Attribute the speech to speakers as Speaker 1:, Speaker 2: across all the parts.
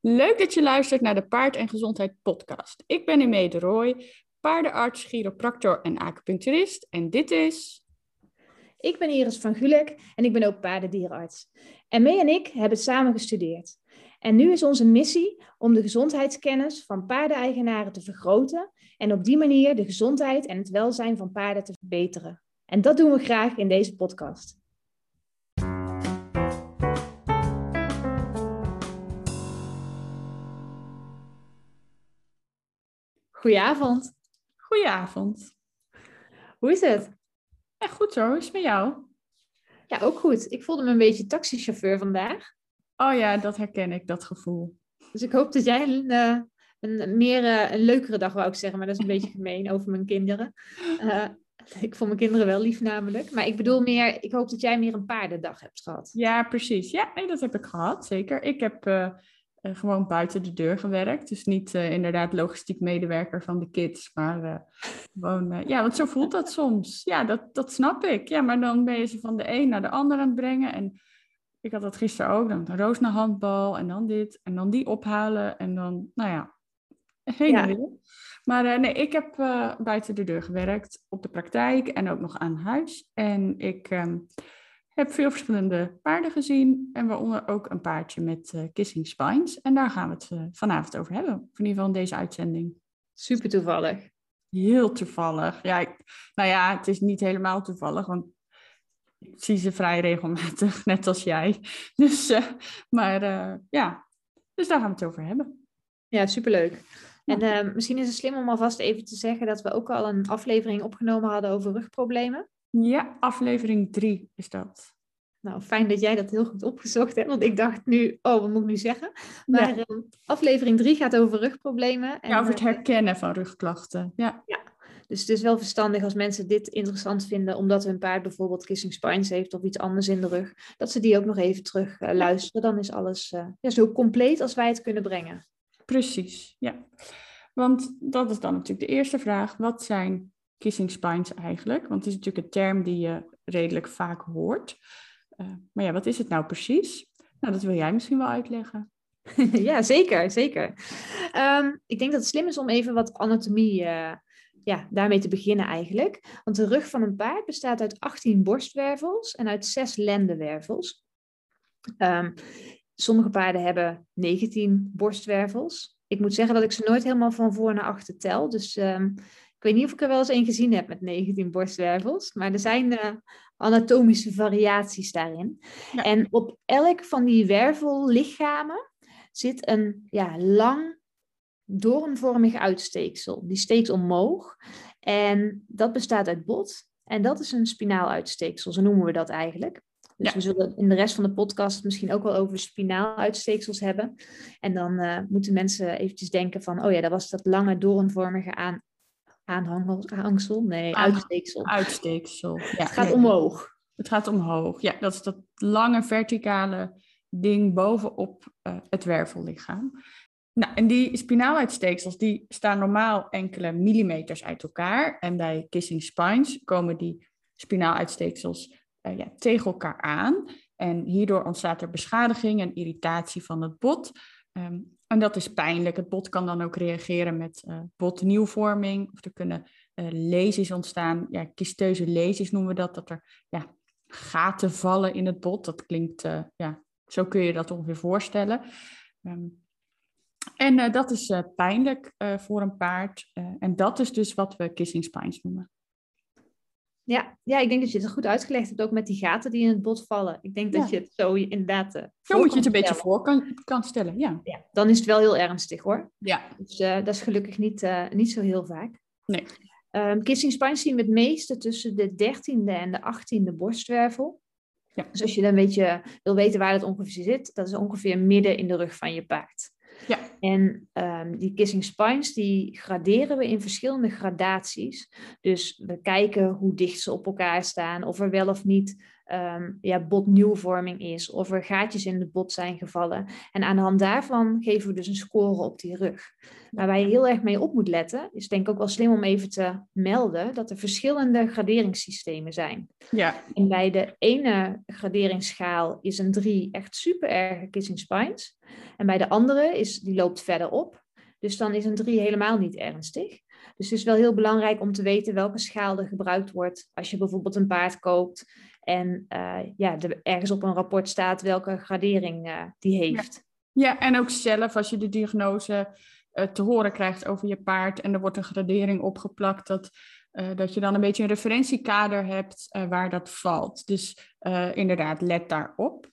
Speaker 1: Leuk dat je luistert naar de Paard en Gezondheid podcast. Ik ben Imee de Rooij, paardenarts, chiropractor en acupuncturist. En dit is...
Speaker 2: Ik ben Iris van Gulik en ik ben ook paardendierenarts. En Mee en ik hebben samen gestudeerd. En nu is onze missie om de gezondheidskennis van paardeneigenaren te vergroten en op die manier de gezondheid en het welzijn van paarden te verbeteren. En dat doen we graag in deze podcast. Goedenavond.
Speaker 1: Goedenavond.
Speaker 2: Hoe is het?
Speaker 1: Ja, goed zo, hoe is het met jou?
Speaker 2: Ja, ook goed. Ik voelde me een beetje taxichauffeur vandaag.
Speaker 1: Oh ja, dat herken ik, dat gevoel.
Speaker 2: Dus ik hoop dat jij een leukere dag, wou ik zeggen, maar dat is een beetje gemeen over mijn kinderen. Ik vond mijn kinderen wel lief namelijk. Maar ik bedoel meer, ik hoop dat jij meer een paardendag hebt gehad.
Speaker 1: Ja, precies. Ja, nee, dat heb ik gehad, zeker. Ik heb gewoon buiten de deur gewerkt. Dus niet inderdaad logistiek medewerker van de kids, maar gewoon... ja, want zo voelt dat soms. Ja, dat snap ik. Ja, maar dan ben je ze van de een naar de ander aan het brengen. En ik had dat gisteren ook. Dan Roos naar handbal en dan dit en dan die ophalen. En dan, nou ja, heen en weer. Maar nee, ik heb buiten de deur gewerkt op de praktijk en ook nog aan huis. En ik heb veel verschillende paarden gezien. En waaronder ook een paardje met kissing spines. En daar gaan we het vanavond over hebben. Of in ieder geval in deze uitzending.
Speaker 2: Super toevallig.
Speaker 1: Heel toevallig. Ja, nou ja, het is niet helemaal toevallig, want ik zie ze vrij regelmatig, net als jij. Dus, ja, dus daar gaan we het over hebben.
Speaker 2: Ja, superleuk. En misschien is het slim om alvast even te zeggen dat we ook al een aflevering opgenomen hadden over rugproblemen.
Speaker 1: Ja, aflevering 3 is dat.
Speaker 2: Nou, fijn dat jij dat heel goed opgezocht hebt, want ik dacht nu, wat moet ik nu zeggen? Maar
Speaker 1: Ja.
Speaker 2: Aflevering 3 gaat over rugproblemen. En,
Speaker 1: Ja, over het herkennen van rugklachten. Ja.
Speaker 2: Dus het is wel verstandig als mensen dit interessant vinden, omdat hun paard bijvoorbeeld kissing spines heeft of iets anders in de rug, dat ze die ook nog even terug luisteren. Dan is alles zo compleet als wij het kunnen brengen.
Speaker 1: Precies, ja. Want dat is dan natuurlijk de eerste vraag. Wat zijn kissing spines eigenlijk? Want het is natuurlijk een term die je redelijk vaak hoort. Maar ja, wat is het nou precies? Nou, dat wil jij misschien wel uitleggen.
Speaker 2: Ja, zeker, zeker. Ik denk dat het slim is om even wat anatomie daarmee te beginnen eigenlijk. Want de rug van een paard bestaat uit 18 borstwervels en uit 6 lendenwervels. Sommige paarden hebben 19 borstwervels. Ik moet zeggen dat ik ze nooit helemaal van voor naar achter tel. Dus ik weet niet of ik er wel eens een gezien heb met 19 borstwervels. Maar er zijn anatomische variaties daarin.
Speaker 1: Ja.
Speaker 2: En op elk van die wervellichamen zit een lang doornvormig uitsteeksel. Die steekt omhoog. En dat bestaat uit bot. En dat is een spinaal uitsteeksel, zo noemen we dat eigenlijk. Dus we zullen in de rest van de podcast misschien ook wel over spinaaluitsteeksels hebben. En dan moeten mensen eventjes denken van, dat was dat lange doornvormige aanhangsel. Nee, uitsteeksel.
Speaker 1: Uitsteeksel. Ja,
Speaker 2: het gaat omhoog.
Speaker 1: Het gaat omhoog. Ja, dat is dat lange verticale ding bovenop het wervellichaam. Nou, en die spinaaluitsteeksels die staan normaal enkele millimeters uit elkaar. En bij kissing spines komen die spinaaluitsteeksels tegen elkaar aan. En hierdoor ontstaat er beschadiging en irritatie van het bot. En dat is pijnlijk. Het bot kan dan ook reageren met botnieuwvorming. Of er kunnen lesies ontstaan. Ja, kysteuze lesies noemen we dat. Dat er gaten vallen in het bot. Dat klinkt, zo kun je dat ongeveer voorstellen. En dat is pijnlijk voor een paard. En dat is dus wat we kissing spines noemen.
Speaker 2: Ja, ik denk dat je het goed uitgelegd hebt, ook met die gaten die in het bot vallen. Ik denk dat je het zo inderdaad
Speaker 1: zo moet je het een beetje voor kan stellen, ja.
Speaker 2: Dan is het wel heel ernstig, hoor.
Speaker 1: Ja.
Speaker 2: Dus dat is gelukkig niet zo heel vaak.
Speaker 1: Nee.
Speaker 2: Kissing spines zien we het meeste tussen de 13e en de 18e borstwervel.
Speaker 1: Ja.
Speaker 2: Dus als je dan een beetje wil weten waar het ongeveer zit, dat is ongeveer midden in de rug van je paard.
Speaker 1: Ja.
Speaker 2: En die kissing spines, die graderen we in verschillende gradaties. Dus we kijken hoe dicht ze op elkaar staan, of er wel of niet botnieuwvorming is of er gaatjes in het bot zijn gevallen. En aan de hand daarvan geven we dus een score op die rug. Maar waar je heel erg mee op moet letten, is denk ik ook wel slim om even te melden dat er verschillende graderingssystemen zijn.
Speaker 1: Ja.
Speaker 2: En bij de ene graderingsschaal is een 3 echt super erge kissing spines. En bij de andere die loopt verder op. Dus dan is een 3 helemaal niet ernstig. Dus het is wel heel belangrijk om te weten welke schaal er gebruikt wordt als je bijvoorbeeld een paard koopt en er ergens op een rapport staat welke gradering die heeft.
Speaker 1: Ja, en ook zelf als je de diagnose te horen krijgt over je paard en er wordt een gradering opgeplakt, dat je dan een beetje een referentiekader hebt waar dat valt. Dus inderdaad, let daarop.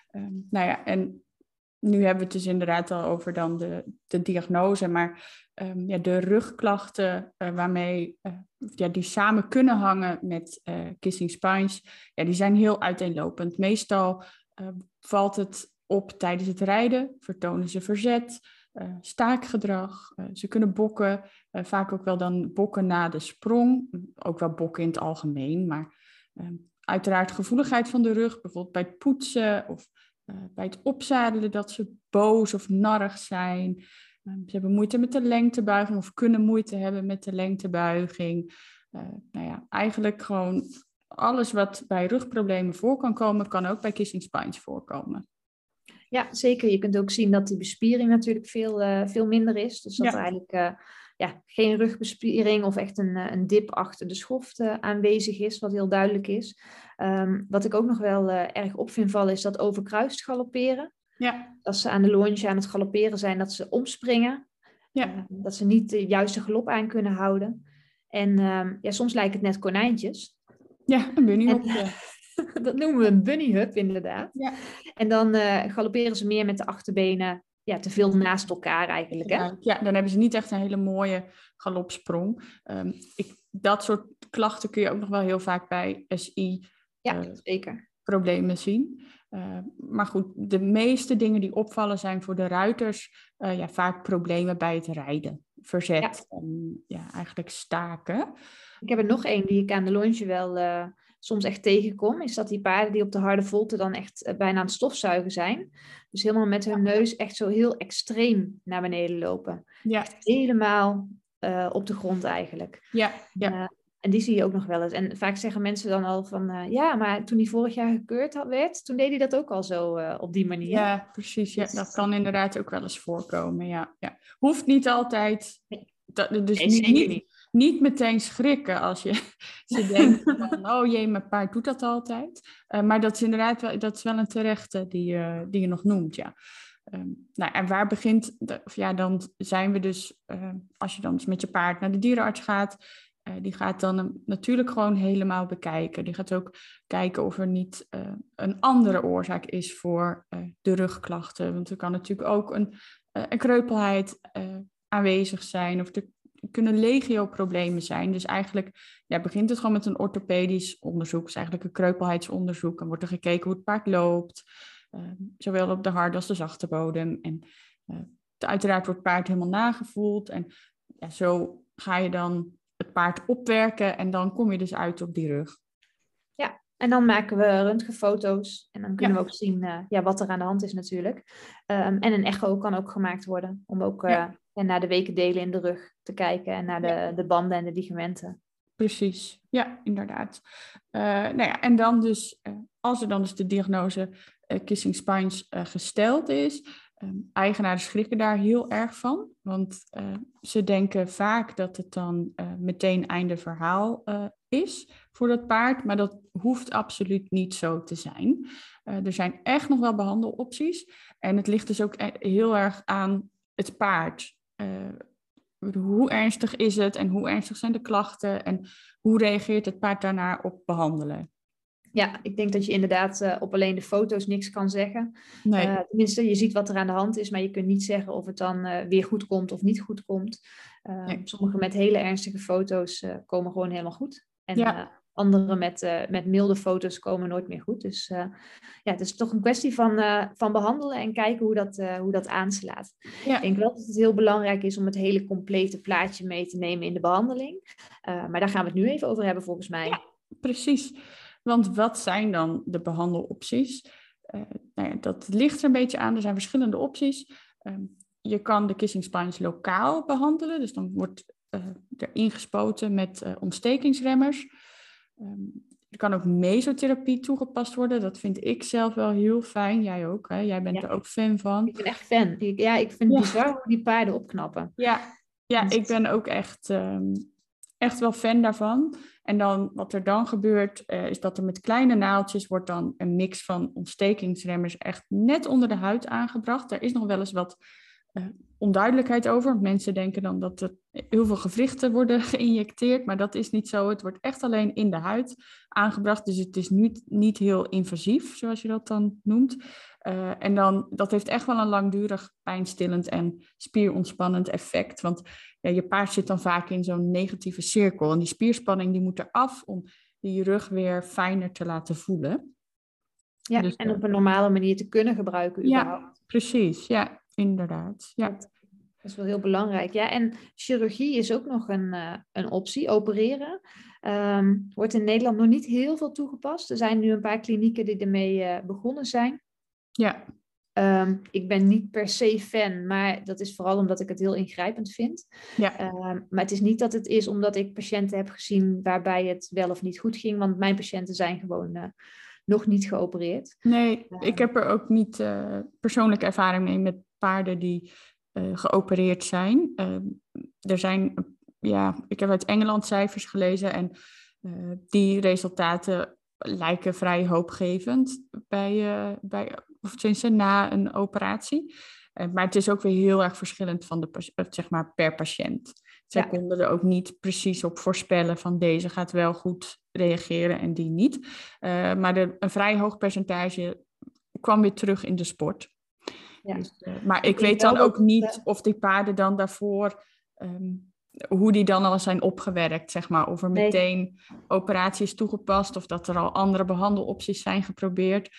Speaker 1: En nu hebben we het dus inderdaad al over dan de diagnose, maar de rugklachten waarmee die samen kunnen hangen met kissing spines, die zijn heel uiteenlopend. Meestal valt het op tijdens het rijden, vertonen ze verzet, staakgedrag, ze kunnen bokken, vaak ook wel dan bokken na de sprong, ook wel bokken in het algemeen, maar uiteraard gevoeligheid van de rug, bijvoorbeeld bij het poetsen of bij het opzadelen dat ze boos of narrig zijn. Ze hebben moeite met de lengtebuiging of kunnen moeite hebben met de lengtebuiging. Eigenlijk gewoon alles wat bij rugproblemen voor kan komen, kan ook bij kissing spines voorkomen.
Speaker 2: Ja, zeker. Je kunt ook zien dat die bespiering natuurlijk veel minder is. Dus dat er eigenlijk geen rugbespiering of echt een dip achter de schoft aanwezig is, wat heel duidelijk is. Wat ik ook nog wel erg op vind vallen is dat overkruist galopperen.
Speaker 1: Ja.
Speaker 2: Als ze aan de longe aan het galopperen zijn, dat ze omspringen.
Speaker 1: Ja.
Speaker 2: Dat ze niet de juiste galop aan kunnen houden. En soms lijken het net konijntjes.
Speaker 1: Ja, een bunnyhop.
Speaker 2: Dat noemen we een bunnyhop inderdaad.
Speaker 1: Ja.
Speaker 2: En dan galopperen ze meer met de achterbenen te veel naast elkaar eigenlijk. Hè?
Speaker 1: Ja, dan hebben ze niet echt een hele mooie galopsprong. Dat soort klachten kun je ook nog wel heel vaak bij SI
Speaker 2: zeker.
Speaker 1: problemen zien. Maar goed, de meeste dingen die opvallen zijn voor de ruiters vaak problemen bij het rijden. Verzet en eigenlijk staken.
Speaker 2: Ik heb er nog één die ik aan de longe wel soms echt tegenkom. Is dat die paarden die op de harde volte dan echt bijna aan het stofzuigen zijn. Dus helemaal met hun neus echt zo heel extreem naar beneden lopen.
Speaker 1: Ja.
Speaker 2: Echt helemaal op de grond eigenlijk.
Speaker 1: Ja.
Speaker 2: En die zie je ook nog wel eens. En vaak zeggen mensen dan al van... maar toen hij vorig jaar gekeurd werd... toen deed hij dat ook al zo op die manier.
Speaker 1: Ja, precies. Ja, dat kan inderdaad ook wel eens voorkomen. Ja. Hoeft niet altijd. Dus niet meteen schrikken als je denkt van... oh jee, mijn paard doet dat altijd. Maar dat is inderdaad wel een terechte die je nog noemt, ja. En waar begint... dan zijn we dus... als je dan dus met je paard naar de dierenarts gaat... die gaat dan natuurlijk gewoon helemaal bekijken. Die gaat ook kijken of er niet een andere oorzaak is voor de rugklachten. Want er kan natuurlijk ook een kreupelheid aanwezig zijn. Of er kunnen legio-problemen zijn. Dus eigenlijk begint het gewoon met een orthopedisch onderzoek. Dus eigenlijk een kreupelheidsonderzoek. En wordt er gekeken hoe het paard loopt. Zowel op de harde als de zachte bodem. En uiteraard wordt het paard helemaal nagevoeld. En zo ga je dan het paard opwerken en dan kom je dus uit op die rug. Ja,
Speaker 2: en dan maken we röntgenfoto's en dan kunnen we ook zien wat er aan de hand is natuurlijk. En een echo kan ook gemaakt worden om ook naar de weken delen in de rug te kijken en naar de banden en de ligamenten.
Speaker 1: Precies, ja, inderdaad. En dan dus, als er dan dus de diagnose kissing spines gesteld is... eigenaren schrikken daar heel erg van, want ze denken vaak dat het dan meteen einde verhaal is voor dat paard, maar dat hoeft absoluut niet zo te zijn. Er zijn echt nog wel behandelopties en het ligt dus ook heel erg aan het paard. Hoe ernstig is het en hoe ernstig zijn de klachten en hoe reageert het paard daarna op behandelen?
Speaker 2: Ja, ik denk dat je inderdaad op alleen de foto's niks kan zeggen.
Speaker 1: Nee.
Speaker 2: Tenminste, je ziet wat er aan de hand is, maar je kunt niet zeggen of het dan weer goed komt of niet goed komt. Sommige met hele ernstige foto's komen gewoon helemaal goed. En andere met milde foto's komen nooit meer goed. Dus het is toch een kwestie van behandelen en kijken hoe dat aanslaat. Ja. Ik denk wel dat het heel belangrijk is om het hele complete plaatje mee te nemen in de behandeling. Maar daar gaan we het nu even over hebben volgens mij.
Speaker 1: Ja, precies. Want wat zijn dan de behandelopties? Nou ja, dat ligt er een beetje aan. Er zijn verschillende opties. Je kan de kissing spines lokaal behandelen. Dus dan wordt er ingespoten met ontstekingsremmers. Er kan ook mesotherapie toegepast worden. Dat vind ik zelf wel heel fijn. Jij ook, hè? Jij bent er ook fan van.
Speaker 2: Ik ben echt fan. Ik vind het bizar hoe die paarden opknappen.
Speaker 1: Ja, ik ben ook echt wel fan daarvan. En dan, wat er dan gebeurt, is dat er met kleine naaldjes wordt dan een mix van ontstekingsremmers echt net onder de huid aangebracht. Er is nog wel eens wat onduidelijkheid over. Mensen denken dan dat er heel veel gewrichten worden geïnjecteerd, maar dat is niet zo. Het wordt echt alleen in de huid aangebracht, dus het is niet heel invasief, zoals je dat dan noemt. En dan, dat heeft echt wel een langdurig pijnstillend en spierontspannend effect, want ja, je paard zit dan vaak in zo'n negatieve cirkel en die spierspanning die moet eraf om die rug weer fijner te laten voelen.
Speaker 2: Ja, dus, en op een normale manier te kunnen gebruiken überhaupt.
Speaker 1: Ja, precies. Ja, inderdaad. Ja.
Speaker 2: Dat is wel heel belangrijk. Ja, en chirurgie is ook nog een optie. Opereren wordt in Nederland nog niet heel veel toegepast. Er zijn nu een paar klinieken die ermee begonnen zijn.
Speaker 1: Ja.
Speaker 2: Ik ben niet per se fan, maar dat is vooral omdat ik het heel ingrijpend vind.
Speaker 1: Ja.
Speaker 2: Maar het is niet dat het is omdat ik patiënten heb gezien waarbij het wel of niet goed ging. Want mijn patiënten zijn gewoon nog niet geopereerd.
Speaker 1: Nee, ik heb er ook niet persoonlijke ervaring mee met paarden die geopereerd zijn. Er zijn, ik heb uit Engeland cijfers gelezen en die resultaten lijken vrij hoopgevend of tenminste na een operatie. Maar het is ook weer heel erg verschillend van zeg maar per patiënt. Zij konden er ook niet precies op voorspellen van deze gaat wel goed reageren en die niet. Maar een vrij hoog percentage kwam weer terug in de sport. Ja. Dus, maar ik weet dan ook niet of die paarden dan daarvoor, hoe die dan al zijn opgewerkt, zeg maar. Of er meteen operatie is toegepast of dat er al andere behandelopties zijn geprobeerd.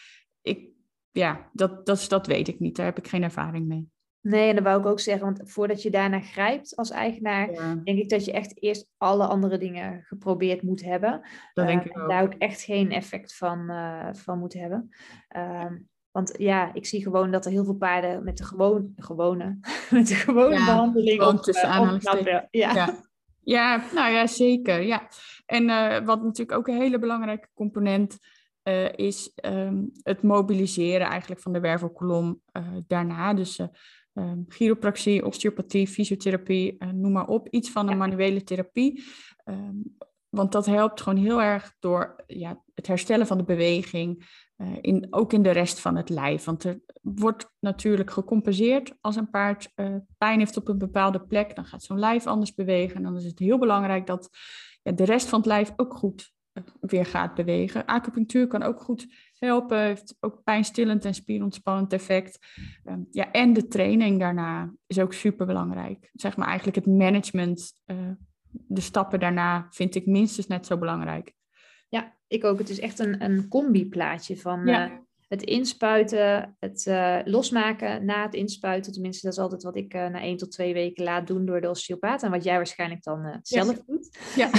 Speaker 1: Dat weet ik niet. Daar heb ik geen ervaring mee.
Speaker 2: Nee, en dat wou ik ook zeggen, want voordat je daarna grijpt als eigenaar, denk ik dat je echt eerst alle andere dingen geprobeerd moet hebben.
Speaker 1: Dat denk ik ook.
Speaker 2: En daar ook echt geen effect van moet hebben. Want ja, ik zie gewoon dat er heel veel paarden met de gewone behandeling opknappen.
Speaker 1: Ja, nou ja, zeker. Ja. En wat natuurlijk ook een hele belangrijke component is het mobiliseren eigenlijk van de wervelkolom daarna. Dus chiropractie, osteopathie, fysiotherapie, noem maar op. Iets van een manuele therapie. Want dat helpt gewoon heel erg door het herstellen van de beweging. Ook in de rest van het lijf. Want er wordt natuurlijk gecompenseerd als een paard pijn heeft op een bepaalde plek. Dan gaat zo'n lijf anders bewegen. En dan is het heel belangrijk dat de rest van het lijf ook goed weer gaat bewegen. Acupunctuur kan ook goed helpen. Heeft ook pijnstillend en spierontspannend effect. En de training daarna is ook super belangrijk. Zeg maar eigenlijk het management, de stappen daarna vind ik minstens net zo belangrijk.
Speaker 2: Ja, ik ook. Het is echt een combi-plaatje van het inspuiten, het losmaken na het inspuiten. Tenminste, dat is altijd wat ik na 1 tot 2 weken laat doen door de osteopaat. En wat jij waarschijnlijk dan zelf doet.
Speaker 1: Ja.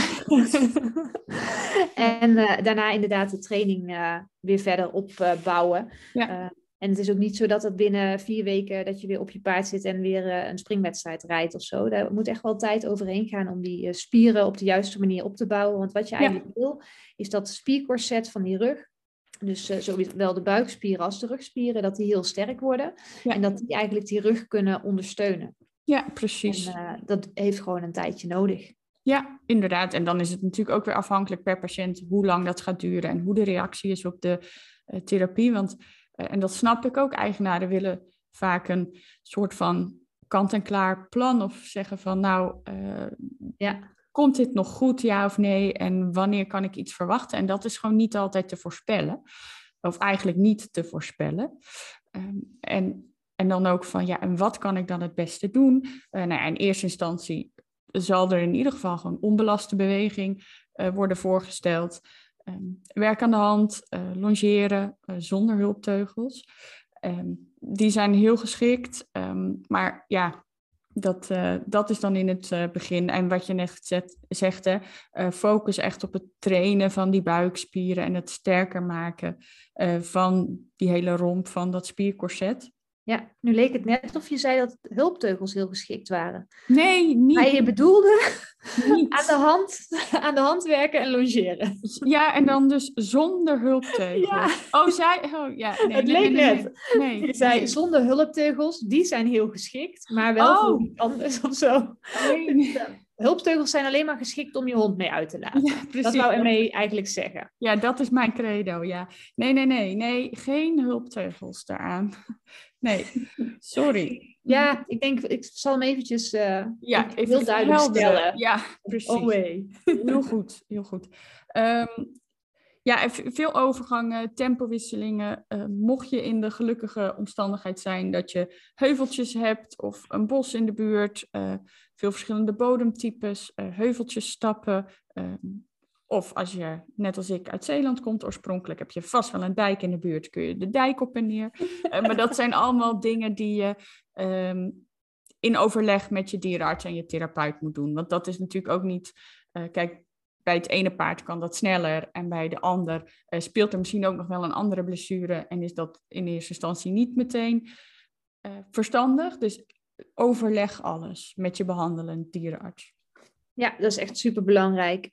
Speaker 2: En daarna inderdaad de training weer verder opbouwen. En het is ook niet zo dat het binnen 4 weken dat je weer op je paard zit en weer een springwedstrijd rijdt of zo. Daar moet echt wel tijd overheen gaan om die spieren op de juiste manier op te bouwen. Want wat je eigenlijk wil, is dat spiercorset van die rug, dus zowel de buikspieren als de rugspieren, dat die heel sterk worden. Ja. En dat die eigenlijk die rug kunnen ondersteunen.
Speaker 1: Ja, precies.
Speaker 2: En dat heeft gewoon een tijdje nodig.
Speaker 1: Ja, inderdaad. En dan is het natuurlijk ook weer afhankelijk per patiënt hoe lang dat gaat duren en hoe de reactie is op de therapie. Want en dat snap ik ook. Eigenaren willen vaak een soort van kant-en-klaar plan of zeggen van komt dit nog goed, ja of nee? En wanneer kan ik iets verwachten? En dat is gewoon niet altijd te voorspellen. Of eigenlijk niet te voorspellen. En dan ook van, en wat kan ik dan het beste doen? In eerste instantie zal er in ieder geval gewoon onbelaste beweging worden voorgesteld. Werk aan de hand, longeren zonder hulpteugels. Die zijn heel geschikt. Maar Dat is dan in het begin. En wat je net zegt, focus echt op het trainen van die buikspieren en het sterker maken van die hele romp van dat spiercorset.
Speaker 2: Ja, nu leek het net of je zei dat hulpteugels heel geschikt waren.
Speaker 1: Nee,
Speaker 2: Maar je
Speaker 1: niet.
Speaker 2: bedoelde
Speaker 1: Niet.
Speaker 2: aan de hand werken en logeren.
Speaker 1: Ja, en dan dus zonder hulpteugels.
Speaker 2: Ja.
Speaker 1: Nee,
Speaker 2: Het leek net.
Speaker 1: Nee,
Speaker 2: Je zei
Speaker 1: nee.
Speaker 2: zonder hulpteugels, die zijn heel geschikt, maar wel voor iets anders of zo.
Speaker 1: Nee.
Speaker 2: Hulpteugels zijn alleen maar geschikt om je hond mee uit te laten.
Speaker 1: Ja, precies.
Speaker 2: Dat wou ermee eigenlijk zeggen.
Speaker 1: Ja, dat is mijn credo, ja. Nee, geen hulpteugels daaraan. Nee, sorry.
Speaker 2: Ja, ik denk, ik zal hem eventjes
Speaker 1: Ja, even
Speaker 2: heel duidelijk
Speaker 1: verhelderen.
Speaker 2: stellen.
Speaker 1: Ja, precies.
Speaker 2: Oh wee.
Speaker 1: Heel goed, heel goed. Ja, veel overgangen, tempowisselingen. Mocht je in de gelukkige omstandigheid zijn dat je heuveltjes hebt of een bos in de buurt, veel verschillende bodemtypes, heuveltjes stappen. Of als je, net als ik, uit Zeeland komt oorspronkelijk, heb je vast wel een dijk in de buurt, kun je de dijk op en neer. Maar dat zijn allemaal dingen die je in overleg met je dierenarts en je therapeut moet doen. Want dat is natuurlijk ook niet... kijk, bij het ene paard kan dat sneller en bij de ander speelt er misschien ook nog wel een andere blessure en is dat in eerste instantie niet meteen verstandig. Dus overleg alles met je behandelend dierenarts.
Speaker 2: Ja, dat is echt super belangrijk.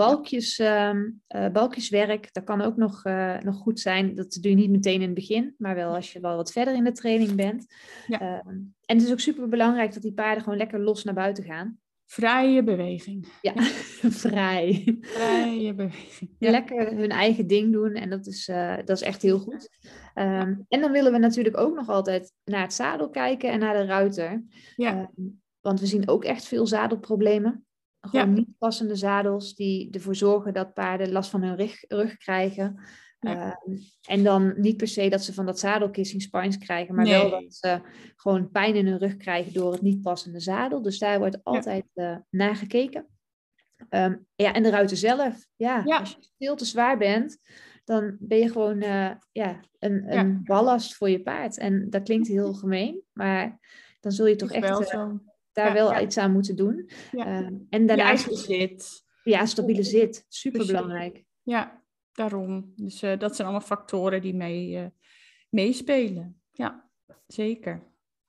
Speaker 2: Balkjeswerk, dat kan ook nog goed zijn. Dat doe je niet meteen in het begin, maar wel als je wel wat verder in de training bent.
Speaker 1: Ja.
Speaker 2: En het is ook super belangrijk dat die paarden gewoon lekker los naar buiten gaan.
Speaker 1: Vrije beweging.
Speaker 2: Ja, vrij.
Speaker 1: Vrije beweging. Ja.
Speaker 2: Lekker hun eigen ding doen en dat is echt heel goed. En dan willen we natuurlijk ook nog altijd naar het zadel kijken en naar de ruiter.
Speaker 1: Ja.
Speaker 2: Want we zien ook echt veel zadelproblemen. Gewoon niet passende zadels die ervoor zorgen dat paarden last van hun rug krijgen. Ja. En dan niet per se dat ze van dat zadel kissing spines krijgen, maar wel dat ze gewoon pijn in hun rug krijgen door het niet passende zadel. Dus daar wordt altijd naar gekeken. En de ruiter zelf. Als je veel te zwaar bent, dan ben je gewoon een ballast voor je paard. En dat klinkt heel gemeen, maar dan zul je toch echt wel iets aan moeten doen.
Speaker 1: Ja.
Speaker 2: En daarnaast,
Speaker 1: je eigen zit.
Speaker 2: Ja, stabiele zit. Super belangrijk.
Speaker 1: Ja, daarom. Dus dat zijn allemaal factoren die meespelen. Ja, zeker.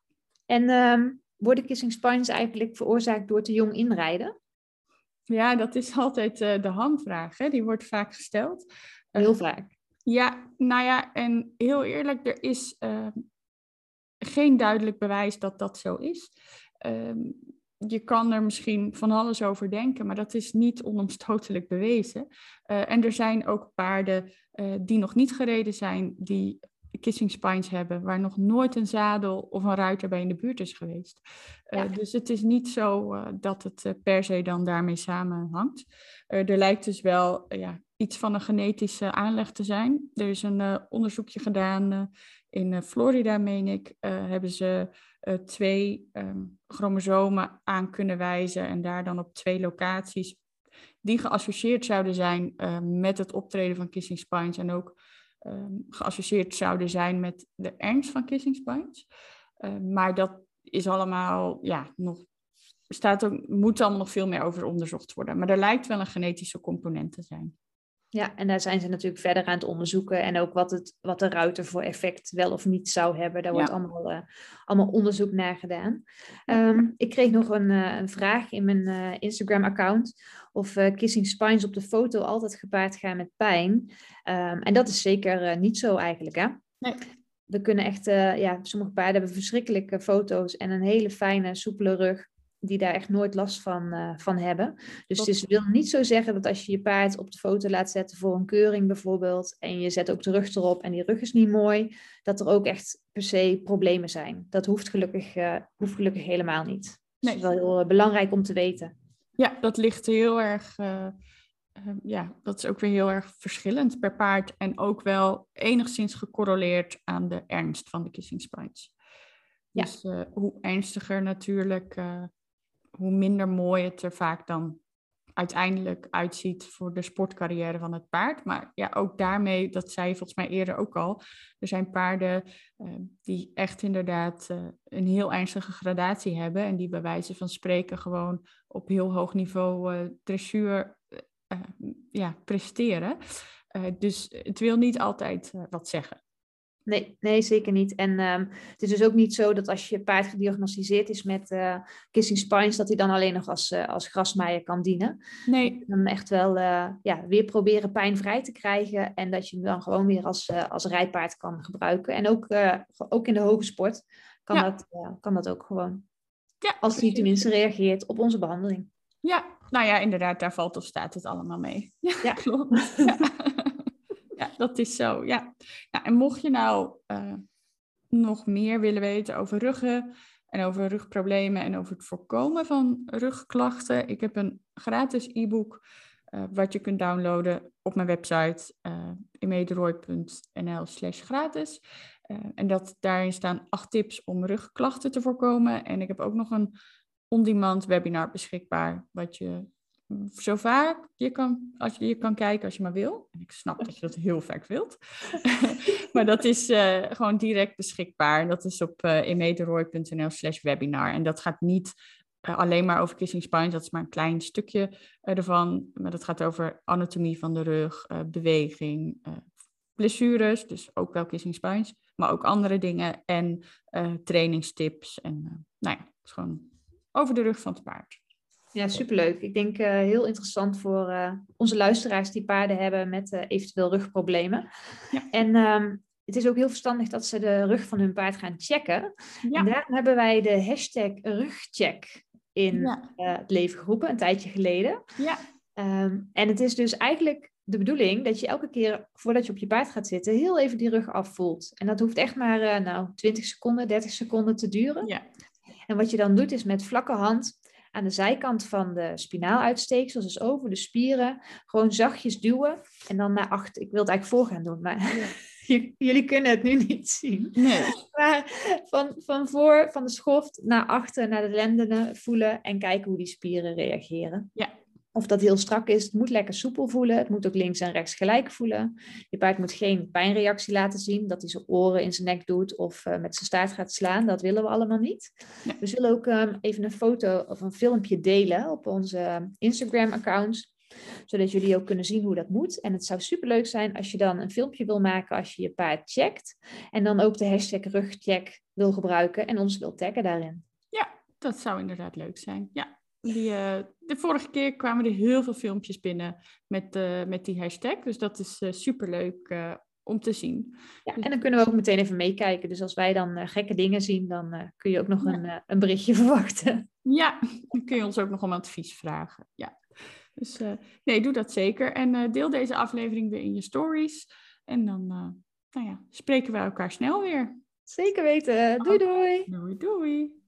Speaker 2: En worden kissing spines eigenlijk veroorzaakt door te jong inrijden?
Speaker 1: Ja, dat is altijd de hamvraag. Hè? Die wordt vaak gesteld.
Speaker 2: Heel vaak.
Speaker 1: Ja, nou ja, en heel eerlijk, er is geen duidelijk bewijs dat dat zo is. Je kan er misschien van alles over denken, maar dat is niet onomstotelijk bewezen. En er zijn ook paarden die nog niet gereden zijn, die kissing spines hebben, waar nog nooit een zadel of een ruiter bij in de buurt is geweest. Dus het is niet zo dat het per se dan daarmee samenhangt. Er lijkt dus wel iets van een genetische aanleg te zijn. Er is een onderzoekje gedaan in Florida, meen ik, hebben ze 2 chromosomen aan kunnen wijzen en daar dan op 2 locaties die geassocieerd zouden zijn met het optreden van kissing spines en ook geassocieerd zouden zijn met de ernst van kissing spines. Maar dat is allemaal, moet allemaal nog veel meer over onderzocht worden. Maar er lijkt wel een genetische component te zijn.
Speaker 2: Ja, en daar zijn ze natuurlijk verder aan het onderzoeken. En ook wat de ruiter voor effect wel of niet zou hebben. Daar wordt allemaal onderzoek naar gedaan. Ik kreeg nog een vraag in mijn Instagram-account. Of kissing spines op de foto altijd gepaard gaan met pijn. En dat is zeker niet zo eigenlijk, hè?
Speaker 1: Nee.
Speaker 2: We kunnen echt, sommige paarden hebben verschrikkelijke foto's en een hele fijne, soepele rug, die daar echt nooit last van hebben. Dus het wil niet zo zeggen dat als je je paard op de foto laat zetten voor een keuring bijvoorbeeld, en je zet ook de rug erop en die rug is niet mooi, dat er ook echt per se problemen zijn. Dat hoeft gelukkig helemaal niet. Dat is wel heel belangrijk om te weten.
Speaker 1: Ja, dat ligt heel erg... dat is ook weer heel erg verschillend per paard en ook wel enigszins gecorreleerd aan de ernst van de kissing spines. Dus hoe ernstiger natuurlijk, hoe minder mooi het er vaak dan uiteindelijk uitziet voor de sportcarrière van het paard. Maar ja, ook daarmee, dat zei je volgens mij eerder ook al, er zijn paarden die echt inderdaad een heel ernstige gradatie hebben en die bij wijze van spreken gewoon op heel hoog niveau dressuur presteren. Dus het wil niet altijd wat zeggen.
Speaker 2: Nee, zeker niet. En het is dus ook niet zo dat als je paard gediagnosticeerd is met kissing spines, dat hij dan alleen nog als grasmaaier kan dienen.
Speaker 1: Nee.
Speaker 2: Dan echt wel weer proberen pijnvrij te krijgen en dat je hem dan gewoon weer als rijpaard kan gebruiken. En ook in de hoge sport kan dat ook gewoon. Ja, als hij tenminste reageert op onze behandeling.
Speaker 1: Ja, nou ja, inderdaad, daar valt of staat het allemaal mee. Ja, klopt. Ja. Ja, dat is zo, ja. Nou, en mocht je nou nog meer willen weten over ruggen en over rugproblemen en over het voorkomen van rugklachten, ik heb een gratis e-book wat je kunt downloaden op mijn website imederoy.nl/gratis. En daarin staan 8 tips om rugklachten te voorkomen. En ik heb ook nog een on-demand webinar beschikbaar, wat je zo vaak je kan kijken als je maar wil. En ik snap dat je dat heel vaak wilt. Maar dat is gewoon direct beschikbaar. Dat is op imederoy.nl/webinar. En dat gaat niet alleen maar over kissing spines. Dat is maar een klein stukje ervan. Maar dat gaat over anatomie van de rug, beweging, blessures. Dus ook wel kissing spines. Maar ook andere dingen. En trainingstips. En het is gewoon over de rug van het paard.
Speaker 2: Ja, superleuk. Ik denk heel interessant voor onze luisteraars die paarden hebben met eventueel rugproblemen. Ja. En het is ook heel verstandig dat ze de rug van hun paard gaan checken. Ja. En daarom hebben wij de hashtag rugcheck in het leven geroepen, een tijdje geleden. Ja. En het is dus eigenlijk de bedoeling dat je elke keer voordat je op je paard gaat zitten heel even die rug afvoelt. En dat hoeft echt maar 20 seconden, 30 seconden te duren. Ja. En wat je dan doet is met vlakke hand aan de zijkant van de spinaaluitsteeksels, dus over de spieren, gewoon zachtjes duwen en dan naar achter. Ik wil het eigenlijk voor gaan doen, maar jullie kunnen het nu niet zien. Nee. Maar van de schoft naar achter, naar de lendenen voelen en kijken hoe die spieren reageren. Ja. Of dat heel strak is. Het moet lekker soepel voelen. Het moet ook links en rechts gelijk voelen. Je paard moet geen pijnreactie laten zien. Dat hij zijn oren in zijn nek doet of met zijn staart gaat slaan. Dat willen we allemaal niet. Ja. We zullen ook even een foto of een filmpje delen op onze Instagram-accounts. Zodat jullie ook kunnen zien hoe dat moet. En het zou superleuk zijn als je dan een filmpje wil maken als je je paard checkt. En dan ook de hashtag rugcheck wil gebruiken en ons wil taggen daarin.
Speaker 1: Ja, dat zou inderdaad leuk zijn. Ja. De vorige keer kwamen er heel veel filmpjes binnen met die hashtag. Dus dat is superleuk om te zien.
Speaker 2: Ja, en dan kunnen we ook meteen even meekijken. Dus als wij dan gekke dingen zien, dan kun je ook nog een berichtje verwachten.
Speaker 1: Ja, dan kun je ons ook nog om advies vragen. Ja. Dus doe dat zeker. En deel deze aflevering weer in je stories. En dan spreken we elkaar snel weer.
Speaker 2: Zeker weten. Doei doei.
Speaker 1: Doei doei.